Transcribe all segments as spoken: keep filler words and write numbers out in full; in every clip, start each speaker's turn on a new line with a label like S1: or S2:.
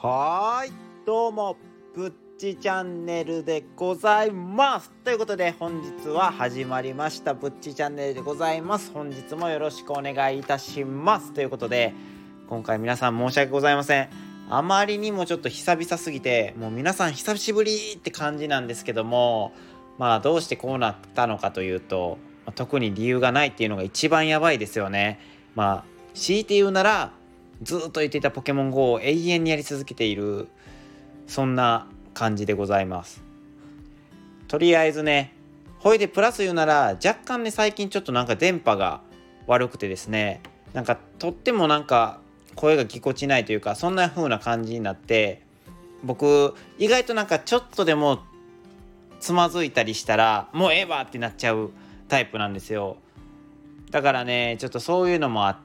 S1: はーい、どうもぶっちチャンネルでございます。ということで本日は始まりましたぶっちチャンネルでございます。本日もよろしくお願いいたします。ということで今回皆さん申し訳ございません。あまりにもちょっと久々すぎてもう皆さん久しぶりって感じなんですけども、まあどうしてこうなったのかというと、特に理由がないっていうのが一番やばいですよね。まあ強いて言うならずっと言っていたポケモン ゴー を永遠にやり続けている、そんな感じでございます。とりあえずね、ほいでプラス言うなら若干ね、最近ちょっとなんか電波が悪くてですね、なんかとってもなんか声がぎこちないというか、そんな風な感じになって、僕意外となんかちょっとでもつまずいたりしたらもうええわってなっちゃうタイプなんですよ。だからね、ちょっとそういうのもあって、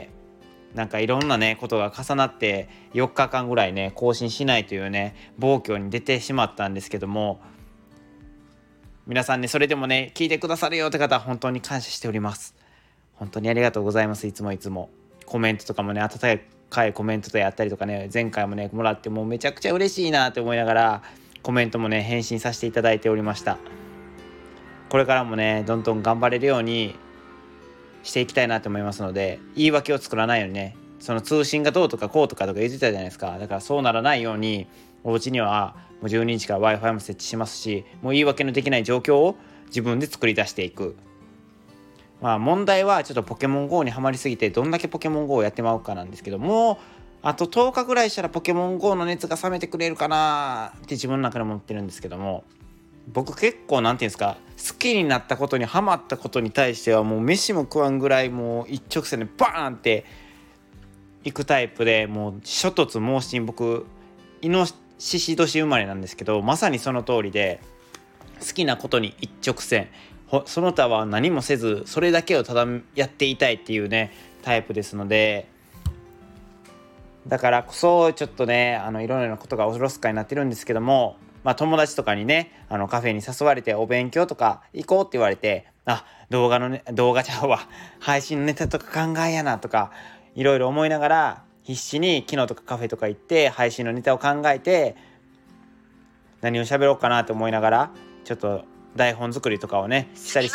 S1: なんかいろんなねことが重なってよっかかんぐらいね更新しないというね暴挙に出てしまったんですけども、皆さんねそれでもね聞いてくださるよって方は本当に感謝しております。本当にありがとうございます。いつもいつもコメントとかもね、温かいコメントであったりとかね、前回もねもらってもうめちゃくちゃ嬉しいなって思いながらコメントもね返信させていただいておりました。これからもねどんどん頑張れるようにしていきたいなと思いますので、言い訳を作らないようにね、その通信がどうとかこうとかとか言ってたじゃないですか。だからそうならないようにお家にはもうじゅうににちから Wi-Fi も設置しますし、もう言い訳のできない状況を自分で作り出していく。まあ問題はちょっとポケモン ゴー にはまりすぎてどんだけポケモン ゴー をやってまうかなんですけども、あととおかぐらいしたらポケモン ゴー の熱が冷めてくれるかなって自分の中で思ってるんですけども、僕結構なんていうんですか、好きになったことにハマったことに対してはもう飯も食わんぐらいもう一直線でバーンっていくタイプで、もう諸突猛進、僕イノシシ年生まれなんですけど、まさにその通りで、好きなことに一直線、その他は何もせずそれだけをただやっていたいっていうねタイプですので、だからこそちょっとねあのいろいろなことがおろすかになってるんですけども、まあ友達とかにねあのカフェに誘われてお勉強とか行こうって言われて、あ動画のね動画ちゃうわ配信のネタとか考えやなとかいろいろ思いながら必死に昨日とかカフェとか行って配信のネタを考えて何を喋ろうかなと思いながらちょっと台本作りとかをねしたりして、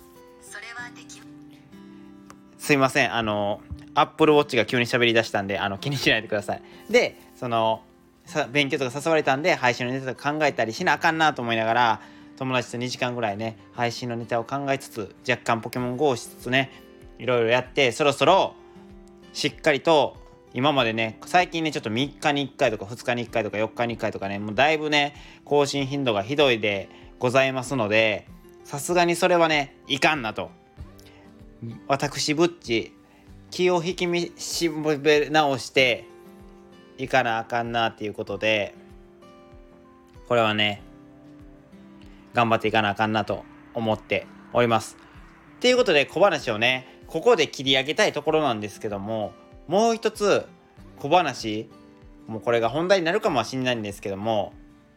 S1: すいません、あのアップルウォッチが急に喋り出したんであの気にしないでください。でそのさ勉強とか誘われたんで配信のネタとか考えたりしなあかんなと思いながら友達とにじかんぐらいね配信のネタを考えつつ若干ポケモン ゴー をしつつねいろいろやって、そろそろしっかりと今までね最近ねちょっとみっかにいっかいとかふつかにいっかいとかよっかにいっかいとかねもうだいぶね更新頻度がひどいでございますので、さすがにそれはねいかんなと、私ぶっち気を引き締め直していかなあかんなっていうことで、これはね頑張っていかなあかんなと思っております。っていうことで小話をねここで切り上げたいところなんですけども、もう一つ小話、もうこれが本題になるかもしれないんですけども、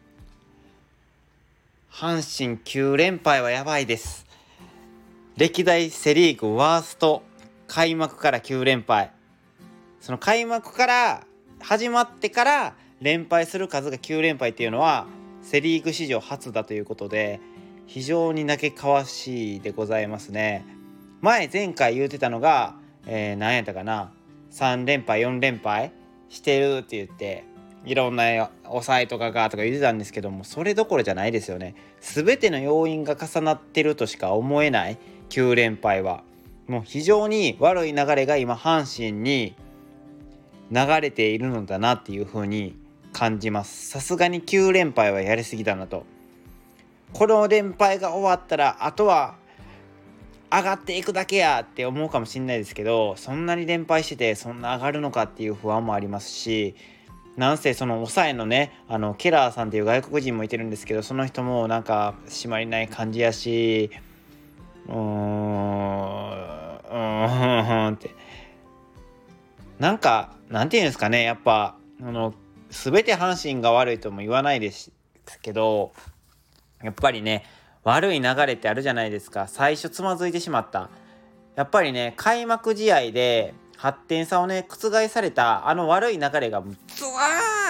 S1: 阪神きゅうれんぱいはやばいです。歴代セリーグワースト、開幕からきゅうれんぱい、その開幕から始まってから連敗する数がきゅうれんぱいっていうのはセリーグ史上初だということで、非常に嘆かわしいでございますね。前前回言うてたのが、えー、何やったかな、さんれんぱいよんれんぱいしてるって言っていろんな抑えとかがとか言ってたんですけども、それどころじゃないですよね。全ての要因が重なってるとしか思えないきゅうれんぱいは、もう非常に悪い流れが今阪神に流れているのだなっていう風に感じます。さすがにきゅうれんぱいはやりすぎだなと。この連敗が終わったらあとは上がっていくだけやって思うかもしれないですけど、そんなに連敗しててそんな上がるのかっていう不安もありますし、なんせその抑えのねあのケラーさんっていう外国人もいてるんですけど、その人もなんか締まりない感じやし、うーんうーんってなんかなんていうんですかね、やっぱあの全て阪神が悪いとも言わないですけど、やっぱりね悪い流れってあるじゃないですか。最初つまずいてしまった、やっぱりね開幕試合ではってん差をね覆されたあの悪い流れがズワ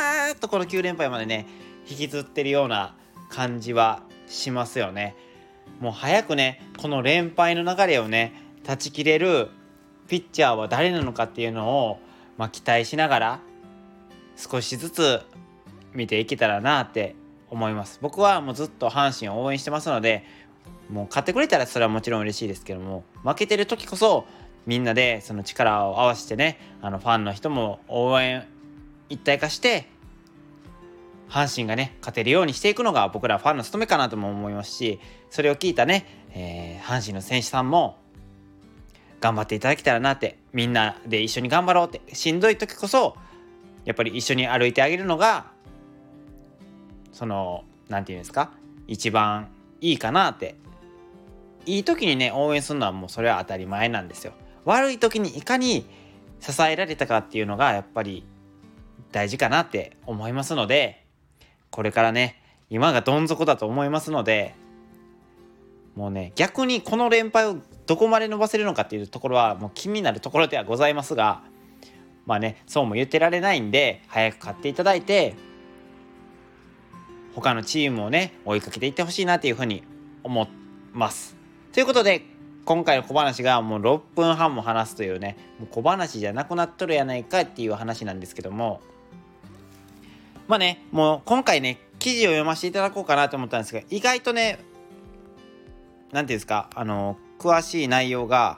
S1: とこのきゅうれんぱいまでね引きずってるような感じはしますよね。もう早くねこの連敗の流れをね断ち切れるピッチャーは誰なのかっていうのを、まあ、期待しながら少しずつ見ていけたらなって思います。僕はもうずっと阪神を応援してますので、もう勝ってくれたらそれはもちろん嬉しいですけども、負けてる時こそみんなでその力を合わせてね、あのファンの人も応援一体化して阪神がね勝てるようにしていくのが僕らファンの務めかなとも思いますし、それを聞いたね、えー、阪神の選手さんも頑張っていただけたらなって、みんなで一緒に頑張ろうって、しんどい時こそやっぱり一緒に歩いてあげるのがそのなんていうんですか、一番いいかなって。いい時にね応援するのはもうそれは当たり前なんですよ。悪い時にいかに支えられたかっていうのがやっぱり大事かなって思いますので、これからね今がどん底だと思いますので、もうね逆にこの連敗をどこまで伸ばせるのかっていうところはもう気になるところではございますが、まあねそうも言ってられないんで早く買っていただいて他のチームをね追いかけていってほしいなっていうふうに思います。ということで今回の小話がもうろっぷんはんも話すというね、もう小話じゃなくなっとるやないかっていう話なんですけども、まあねもう今回ね記事を読ませていただこうかなと思ったんですが、意外とねなんていうんですか、あの詳しい内容が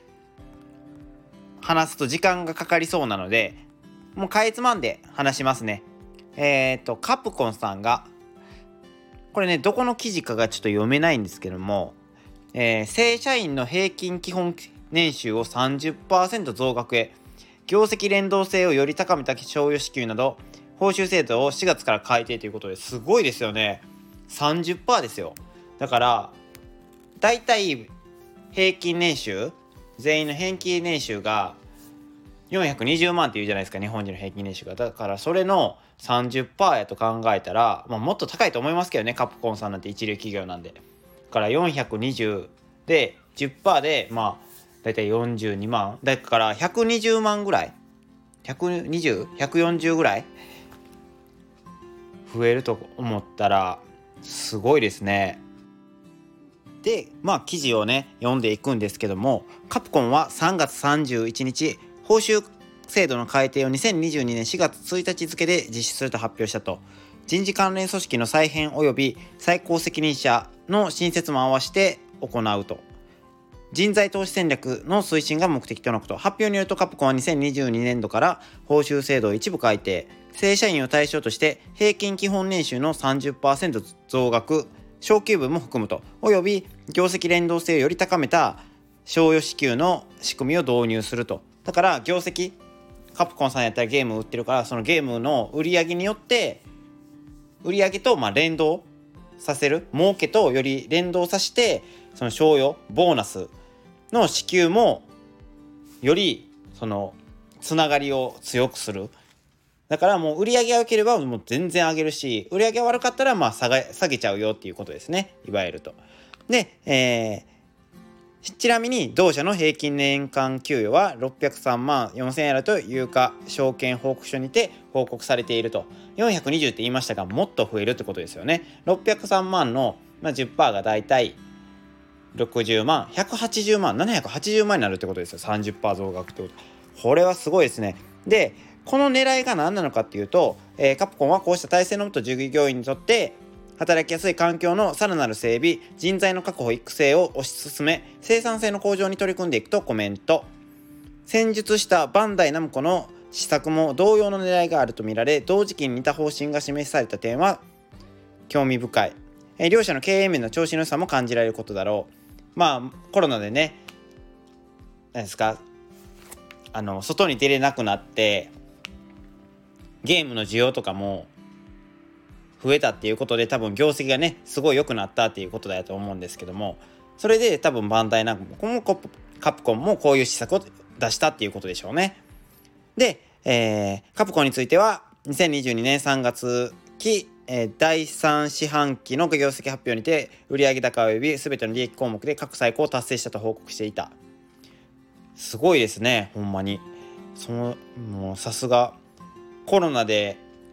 S1: 話すと時間がかかりそうなので、もうかいつまんで話しますね。えっとカプコンさんがこれねどこの記事かがちょっと読めないんですけども、えー、正社員の平均基本年収を さんじゅっパーセント 増額へ、業績連動性をより高めた賞与支給など報酬制度をしがつから改定ということで、すごいですよね。 さんじゅっパーセント ですよ。だからだいたい平均年収、全員の平均年収がよんひゃくにじゅうまんっていうじゃないですか、日本人の平均年収が。だからそれの さんじゅっパーセント やと考えたら、まあ、もっと高いと思いますけどね、カプコンさんなんて一流企業なんで。だからよんひゃくにじゅうで じゅっパーセント でまあだいたいよんじゅうにまんだからひゃくにじゅうまんぐらい、ひゃくにじゅう、ひゃくよんじゅうぐらい増えると思ったらすごいですね。でまあ記事をね読んでいくんですけども、カプコンはさんがつさんじゅういちにち報酬制度の改定をにせんにじゅうにねんしがつついたち付で実施すると発表したと。人事関連組織の再編及び最高責任者の新設も合わせて行うと。人材投資戦略の推進が目的とのこと。発表によるとカプコンはにせんにじゅうにねんどから報酬制度を一部改定、正社員を対象として平均基本年収の さんじゅっパーセント 増額、昇給分も含むと、および業績連動性をより高めた賞与支給の仕組みを導入すると。だから業績、カプコンさんやったらゲームを売ってるから、そのゲームの売り上げによって売り上げとまあ連動させる、儲けとより連動させて、その賞与ボーナスの支給もよりそのつながりを強くする。だからもう売り上げが良ければもう全然上げるし、売り上げが悪かったらまあ下げ、下げちゃうよっていうことですね、いわゆると。で、えー、ちなみに同社の平均年間給与はろっぴゃくさんまんよんせんえんあると有価証券報告書にて報告されていると。よんひゃくにじゅうって言いましたが、もっと増えるってことですよね。ろっぴゃくさんまんの、まあ、じゅっパーセント がだいたいろくじゅうまん、ひゃくはちじゅうまん、ななひゃくはちじゅうまんになるってことですよ。 さんじゅっパーセント 増額ってこと。これはすごいですね。でこの狙いが何なのかっていうと、えー、カプコンはこうした体制のもと従業員にとって働きやすい環境のさらなる整備、人材の確保育成を推し進め、生産性の向上に取り組んでいくとコメント。戦術したバンダイナムコの施策も同様の狙いがあるとみられ、同時期に似た方針が示された点は興味深い。えー、両者の経営面の調子の良さも感じられることだろう。まあコロナでね、何ですか、あの外に出れなくなってゲームの需要とかも増えたっていうことで、多分業績がねすごい良くなったっていうことだと思うんですけども、それで多分バンダイナムコもカプコンもこういう施策を出したっていうことでしょうね。で、えー、カプコンについてはにせんにじゅうにねんさんがつ期、えー、だいさん四半期の業績発表にて売上高及び全ての利益項目で過去最高を達成したと報告していた。すごいですね、ほんまに。そのもうさすがコロナで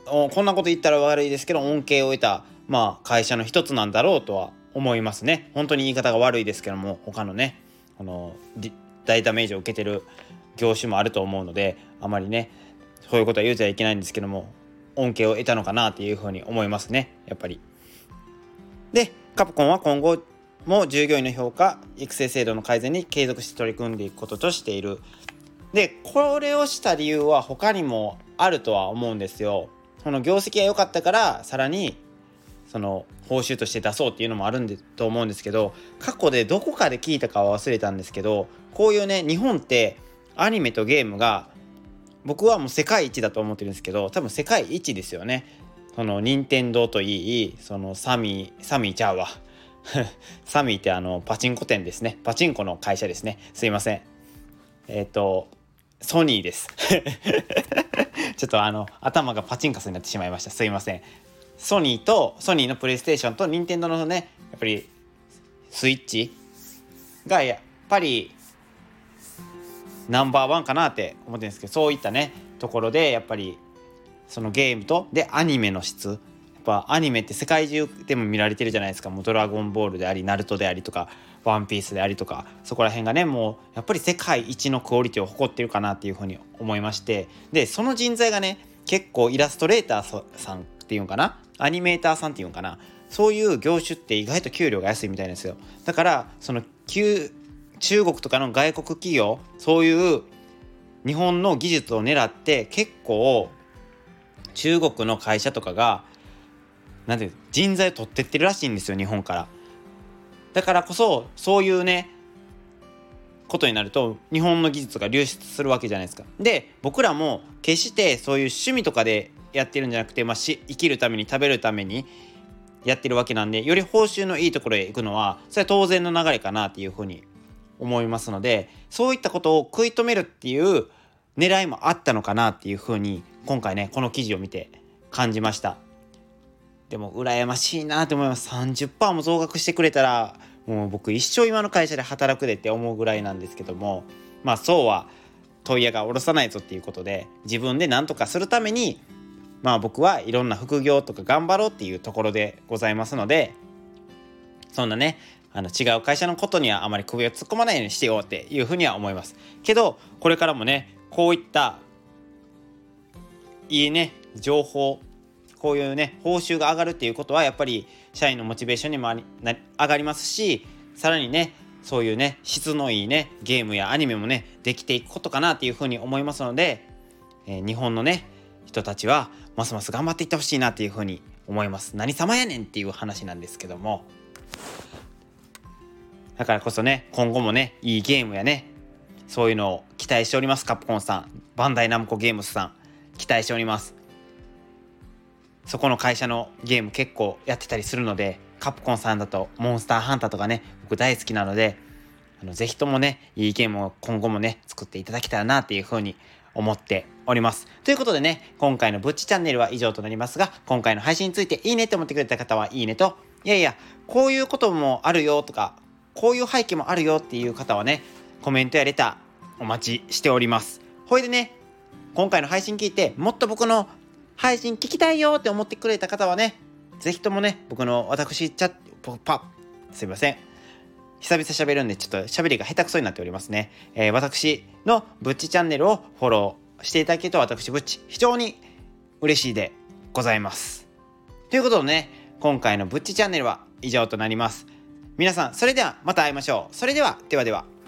S1: こんなこと言ったら悪いですけど恩恵を得た、まあ、会社の一つなんだろうとは思いますね。本当に言い方が悪いですけども、他のねこの大ダメージを受けてる業種もあると思うので、あまりねそういうことは言うちゃいけないんですけども、恩恵を得たのかなっていうふうに思いますね、やっぱり。でカプコンは今後も従業員の評価育成制度の改善に継続して取り組んでいくこととしている。でこれをした理由は他にもあるとは思うんですよ。その業績が良かったからさらにその報酬として出そうっていうのもあるんでと思うんですけど、過去でどこかで聞いたかは忘れたんですけど、こういうね日本ってアニメとゲームが僕はもう世界一だと思ってるんですけど、多分世界一ですよね。その任天堂といい、そのサミーサミーちゃうわサミーってあのパチンコ店ですね、パチンコの会社ですね、すいません、えっとソニーですちょっとあの頭がパチンカスになってしまいました、すいません。ソニーとソニーのプレイステーションと任天堂のねやっぱりスイッチがやっぱりナンバーワンかなって思ってるんですけど、そういったねところでやっぱりそのゲームとでアニメの質、やっぱアニメって世界中でも見られてるじゃないですか。もうドラゴンボールでありナルトでありとかワンピースでありとか、そこら辺がねもうやっぱり世界一のクオリティを誇ってるかなっていうふうに思いまして、でその人材がね結構イラストレーターさんっていうんかな、アニメーターさんっていうんかな、そういう業種って意外と給料が安いみたいなんですよ。だからその中国とかの外国企業、そういう日本の技術を狙って結構中国の会社とかがなんて人材を取ってってるらしいんですよ、日本から。だからこそそういうねことになると日本の技術が流出するわけじゃないですか。で僕らも決してそういう趣味とかでやってるんじゃなくて、まあ、し生きるために食べるためにやってるわけなんで、より報酬のいいところへ行くのはそれは当然の流れかなっていうふうに思いますので、そういったことを食い止めるっていう狙いもあったのかなっていうふうに今回ねこの記事を見て感じました。でも羨ましいなと思います。 さんじゅっパーセント も増額してくれたらもう僕一生今の会社で働くでって思うぐらいなんですけども、まあそうは問屋が下ろさないぞっていうことで、自分で何とかするためにまあ僕はいろんな副業とか頑張ろうっていうところでございますので、そんなねあの違う会社のことにはあまり首を突っ込まないようにしてようっていうふうには思いますけど、これからもねこういったいいね情報、こういうね報酬が上がるっていうことはやっぱり社員のモチベーションにもありな上がりますし、さらにねそういうね質のいいねゲームやアニメもねできていくことかなっていうふうに思いますので、えー、日本のね人たちはますます頑張っていってほしいなっていうふうに思います。何様やねんっていう話なんですけども、だからこそね今後もねいいゲームやねそういうのを期待しております。カプコンさん、バンダイナムコゲームスさん期待しております。そこの会社のゲーム結構やってたりするので、カプコンさんだとモンスターハンターとかね僕大好きなので、あのぜひともねいいゲームを今後もね作っていただけたらなっていうふうに思っております。ということでね今回のぶっちチャンネルは以上となりますが、今回の配信についていいねと思ってくれた方はいいねと、いやいやこういうこともあるよとかこういう背景もあるよっていう方はねコメントやレターお待ちしております。ほいでね今回の配信聞いてもっと僕の配信聞きたいよって思ってくれた方はねぜひともね僕の私チャットパすいません久々喋るんでちょっと喋りが下手くそになっておりますね、えー、私のぶっちチャンネルをフォローしていただけると私ぶっち非常に嬉しいでございます。ということでね今回のぶっちチャンネルは以上となります。皆さんそれではまた会いましょう。それではではでは。